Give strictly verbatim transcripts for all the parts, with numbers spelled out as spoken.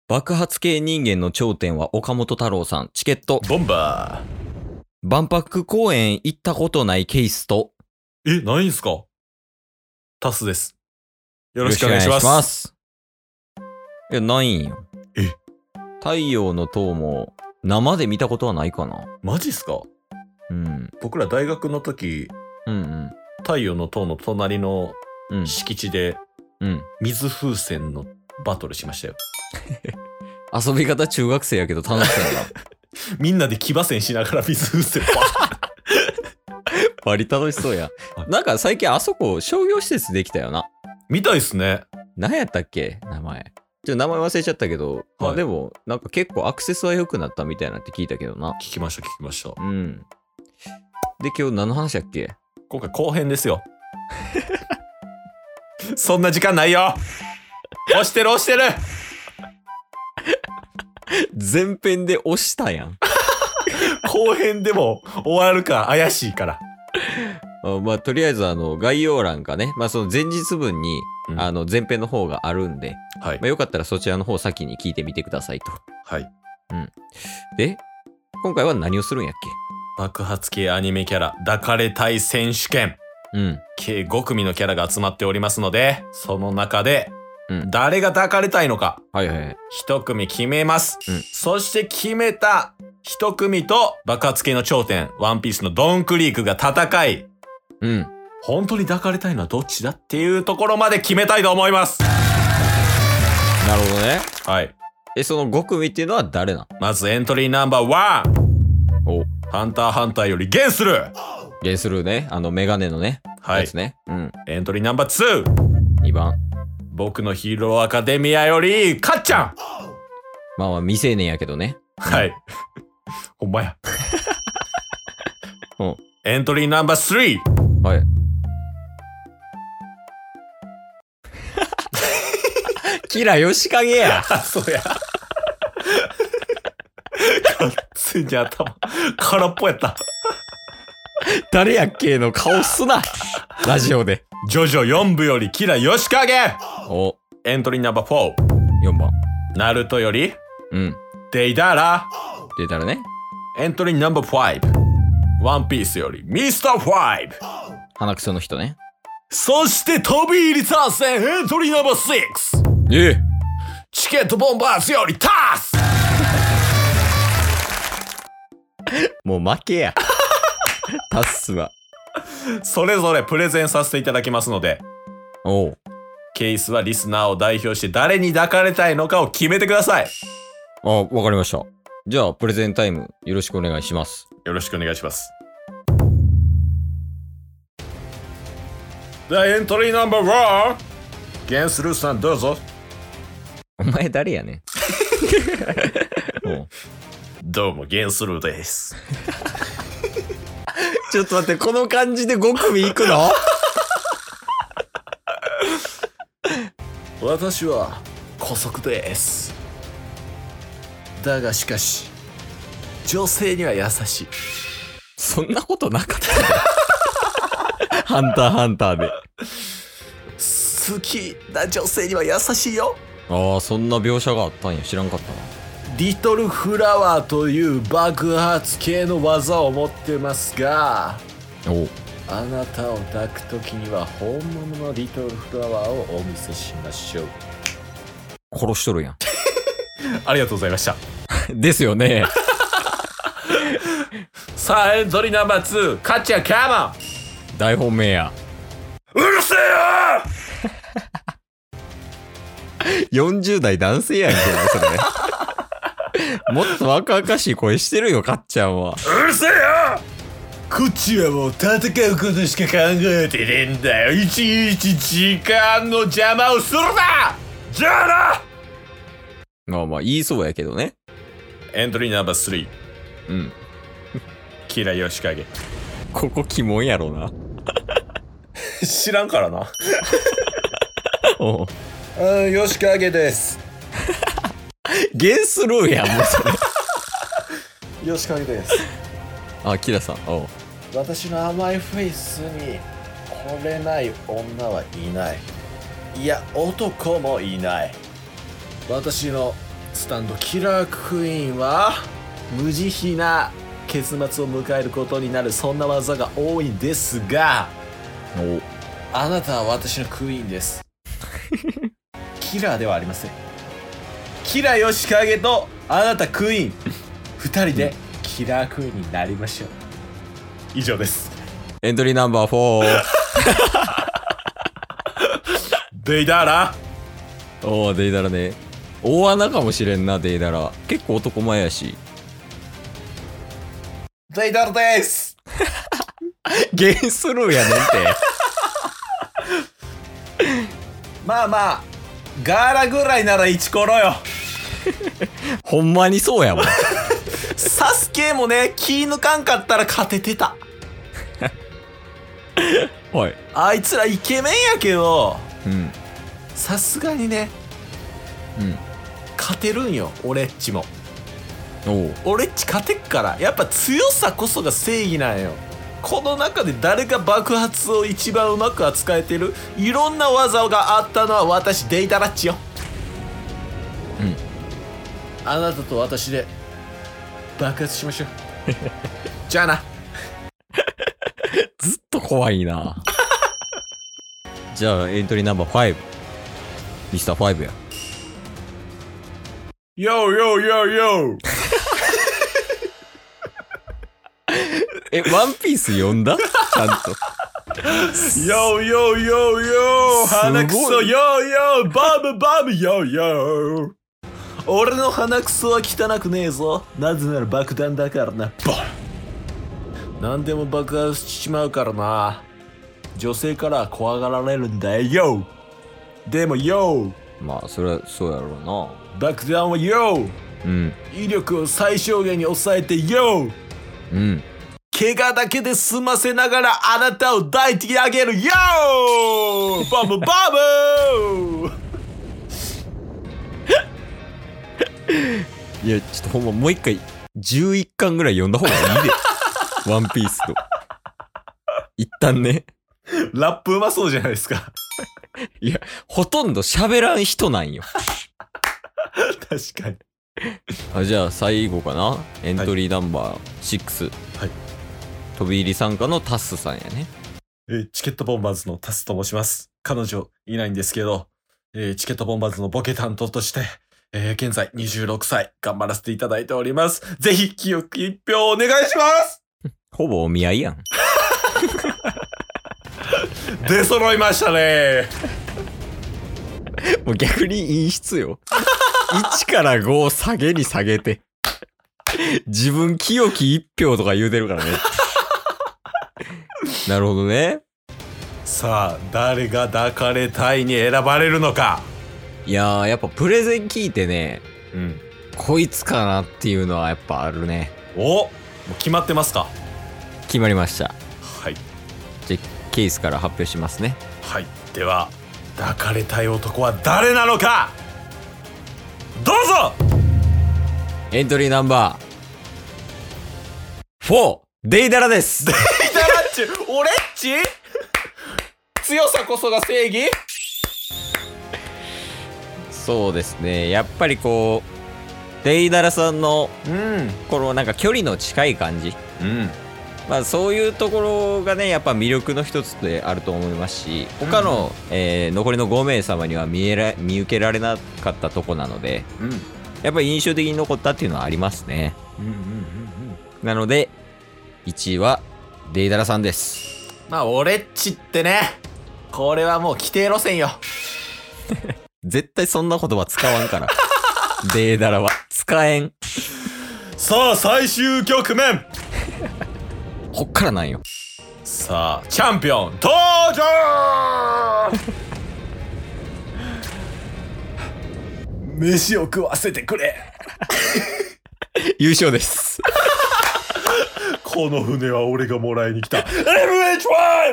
爆発系人間の頂点は岡本太郎さん。チケット。 ボンバ万博公園行ったことないケースと。 ー。え、ないんすか？タスです。よろしくお願いします。 よろしくお願いします。いや、ないんよ。 え？ 太陽の塔も生で見たことはないかな。 マジっすか？ うん。 僕ら大学の時、 うんうん。 太陽の塔の隣のうん。 敷地でうん。 水風船のバトルしましたよ。 遊び方中学生やけど楽しそうやな。 みんなで騎馬戦しながら水風船ババリ楽しそうや。なんか最近あそこ商業施設できたよな。 みたいっすね。 何やったっけ名前。ちょっと名前忘れちゃったけど、はい、まあでもなんか結構アクセスは良くなったみたいなって聞いたけどな。 聞きました聞きました。 うん。で今日何の話やっけ？ 今回後編ですよ。そんな時間ないよ。押してる押してる。 前編で押したやん。 後編でも終わるか怪しいから。 あまあとりあえずあの概要欄かね、まあその前日分に、うん、あの前編の方があるんで、はい、まあよかったらそちらの方先に聞いてみてくださいと。 はい。 うん。で、今回は何をするんやっけ？ 爆発系アニメキャラ抱かれたい選手権。 うん。 計ご組のキャラが集まっておりますので、その中で誰が抱かれたいのか、 うん、はいはいはい。 一組決めます。 うん、 そして決めた一組と爆発系の頂点、ワンピースのドンクリークが戦い、 うん。 本当に抱かれたいのはどっちだっていうところまで決めたいと思います。 なるほどね。 はい。 え、そのご組っていうのは誰なん？ まずエントリーナンバーワン。 お。 ハンターハンターよりゲンスルー。 ゲンスルーね。あのメガネのね。 はい。 ですね。うん。 エントリーナンバーツー。 にばん。僕のヒーローアカデミアよりカッちゃん。 まあまあ未成年やけどね。 はい。ほんまや。 うん。 エントリーナンバースリー。 はい。キラヨシカゲや。 そうや。完全に頭空っぽやった。 誰やっけの顔すな。ラジオで。 ジョジョよん部よりキラヨシカゲ。 お。 エントリーナンバーフォー。 よんばん。 ナルトよりうん。 デイダラ。 デイダラね。 エントリーナンバーファイブ。ワンピースよりミスターファイブ。 鼻くその人ね。 そして飛び入り参戦エントリーナンバーシックス。 ええ。 チケットボンバーズよりタス。 もう負けや。タスは。 それぞれプレゼンさせていただきますので。 おう。 ケースはリスナーを代表して誰に抱かれたいのかを決めてください。 あ、わかりました。じゃあプレゼンタイムよろしくお願いします。 よろしくお願いします。ではエントリーナンバーワン。ゲンスルーさんどうぞ。 お前誰やねん。 どうもゲンスルーです。 ちょっと待って、この感じでご組いくの？ 私は姑息です。だがしかし女性には優しい。 そんなことなかった。ハンターハンターで好きな女性には優しいよ。 ああ、そんな描写があったんや。知らんかったな。 リトルフラワーという爆発系の技を持ってますが、 おあなたを抱くときには本物のリトルフラワーをお見せしましょう。 殺しとるやん。 ありがとうございました。 ですよね。 さあエントリーナンバーツー。カッチャカモン。 大本命や。 うるせえよ。よんじゅう代男性やんけ、それ。もっと若々しい声してるよ、かっちゃんは。 うるせえよ。こっちはもう戦うことしか考えてねえんだよ。いちいち時間の邪魔をするな。じゃあな。 まあまあ言いそうやけどね。 エントリーナンバースリー。 うん。 キラヨシカゲ。 ここキモいやろな。 知らんからな。 おう。 うん、ヨシカゲです。 ゲンスルーやん、もうそれ。 ヨシカゲです。 あ、キラさん。おう。 私の甘いフェイスに惚れない女はいない。いや、男もいない。私のスタンドキラークイーンは無慈悲な結末を迎えることになる、そんな技が多いんですが、 おあなたは私のクイーンです。キラーではありません。キラヨシカゲとあなたクイーンふたりでキラークイーンになりましょう。以上です。 エントリーナンバーフォー。 デイダラ。 おー、デイダラね。大穴かもしれんな、デイダラ。結構男前やし。 デイダラです。 ゲンスルーやねんて。 まあまあガーラぐらいならイチコロよ。 ほんまにそうやもん。 サスケもね、気抜かんかったら勝ててた。 はい。 あいつらイケメンやけど、 うん。 さすがにね、 うん。 勝てるんよ、俺っちも。 おう。 俺っち勝てっから。やっぱ強さこそが正義なんよ。この中で誰が爆発を一番うまく扱えてる、いろんな技があったのは私、デイダラッチよ。 うん。 あなたと私で爆発しましょう。じゃあな。 ずっと怖いな。じゃあエントリーナンバーファイブ。ミスターファイブや。 ヨーヨーヨーヨー。 え、ワンピース読んだ？ちゃんと。 ヨーヨーヨーヨー。鼻くそヨーヨー。バムバムヨーヨー。俺の鼻くそは汚くねえぞ。なぜなら爆弾だからな。ボン。何でも爆発しちまうからな。女性からは怖がられるんだよ。でもよ。 まあそれはそうやろうな。 爆弾はよ。 うん。 威力を最小限に抑えてよ。 うん。 怪我だけで済ませながらあなたを抱いてあげるよ。バムバム。 いや、ちょっとほんまもう一回じゅういっかんぐらい読んだ方がいいで。ワンピースと。一旦ね。 ラップうまそうじゃないですか。 いや、ほとんど喋らん人なんよ。 確かに。 あ、じゃあ最後かな。エントリーナンバーシックス。はい。飛び入り参加のタスさんやね。 えー、チケットボンバーズのタスと申します。彼女いないんですけど、えー、チケットボンバーズのボケ担当として、えー、現在にじゅうろくさい頑張らせていただいております。ぜひ清く一票お願いします。 ほぼお見合いやん。 出揃いましたね。 もう逆に陰湿よ。いちからごを下げに下げて。自分清き一票とか言うてるからね。なるほどね。 さあ、誰が抱かれたいに選ばれるのか。 いやー、やっぱプレゼン聞いてね、 うん、 こいつかなっていうのはやっぱあるね。 お、もう決まってますか？ 決まりました。 はい。 じゃあケースから発表しますね。 はい。では抱かれたい男は誰なのか、どうぞ。 エントリーナンバーフォー、デイダラです。 デイダラっち、俺っち強さこそが正義。 そうですね。やっぱりこうデイダラさんの、うん、このなんか距離の近い感じ、うん、まあそういうところがねやっぱ魅力の一つであると思いますし、他の、うん、えー、残りのごめいさまには見えら見受けられなかったとこなので、うん、やっぱり印象的に残ったっていうのはありますね。うんうんうんうん、なのでいちいはデイダラさんです。 まあ俺っちってね、これはもう規定路線よ。 絶対そんな言葉使わんから。デイダラは使えん。 さあ最終局面。 こっからなんよ。 さあチャンピオン登場。飯を食わせてくれ。 優勝です。 この船は俺がもらいに来た エムエイチワ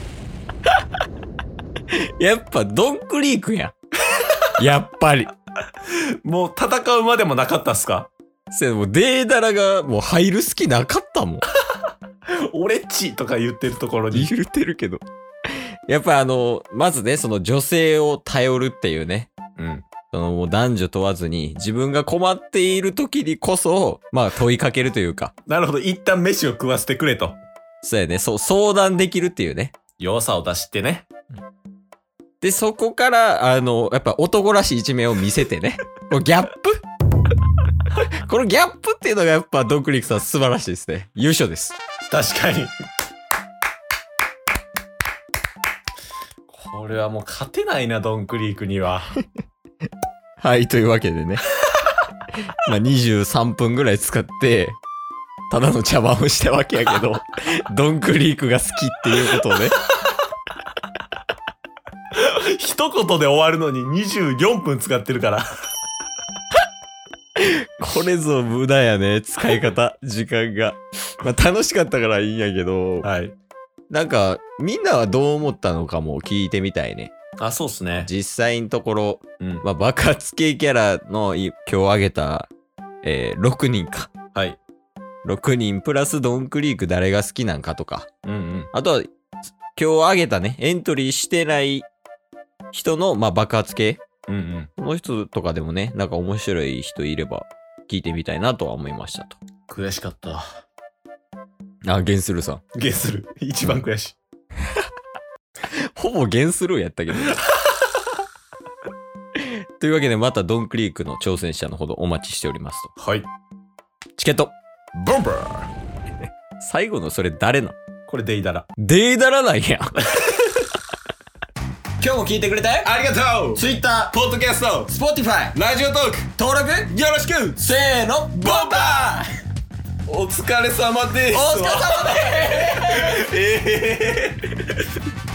ン。 やっぱドンクリークやん。やっぱりもう戦うまでもなかったっすか？ せや、もうデーダラがもう入る好きなかったもん。 俺っちとか言ってるところに言ってるけど、やっぱあのまずねその女性を頼るっていうね、うん、 そのもう男女問わずに自分が困っている時にこそ、まあ問いかけるというか。 なるほど。一旦飯を食わせてくれと。 そうやね。そう、相談できるっていうね。 弱さを出してね。 で、そこから、あの、やっぱ男らしい一面を見せてね。このギャップこのギャップっていうのがやっぱドンクリークさん素晴らしいですね。優勝です。 確かに。これはもう勝てないな、ドンクリークには。 はい、というわけでね。まあにじゅうさんぷんぐらい使って、ただの茶番をしたわけやけど、ドンクリークが好きっていうことをね。 一言で終わるのににじゅうよんぷん使ってるから。 これぞ無駄やね、使い方、時間が。まあ楽しかったからいいんやけど、 はい。 なんか、みんなはどう思ったのかも聞いてみたいね。 あ、そうっすね。 実際のところ、 うん。 まあ、爆発系キャラのい今日挙げた、えー、ろくにんか。 はい。 ろくにんプラスドンクリーク誰が好きなんかとか。 うんうん。 あとは、今日挙げたね、エントリーしてない人の、まあ、爆発系。 うんうん。 この人とかでもね、なんか面白い人いれば聞いてみたいなとは思いましたと。 悔しかった。 あ、ゲンスルーさん。 ゲンスルー。一番悔しい。 ほぼゲンスルーやったけど。というわけでまたドンクリークの挑戦者のほどお待ちしておりますと。はい。 チケット。 ボンバー最後のそれ誰なん？ これデイダラ。 デイダラなんや。 今日も聞いてくれてありがとう。 Twitter、ポッドキャスト、Spotify、ラジオトーク登録よろしく。せーの、ボンバー。お疲れ様です。お疲れ様です。えー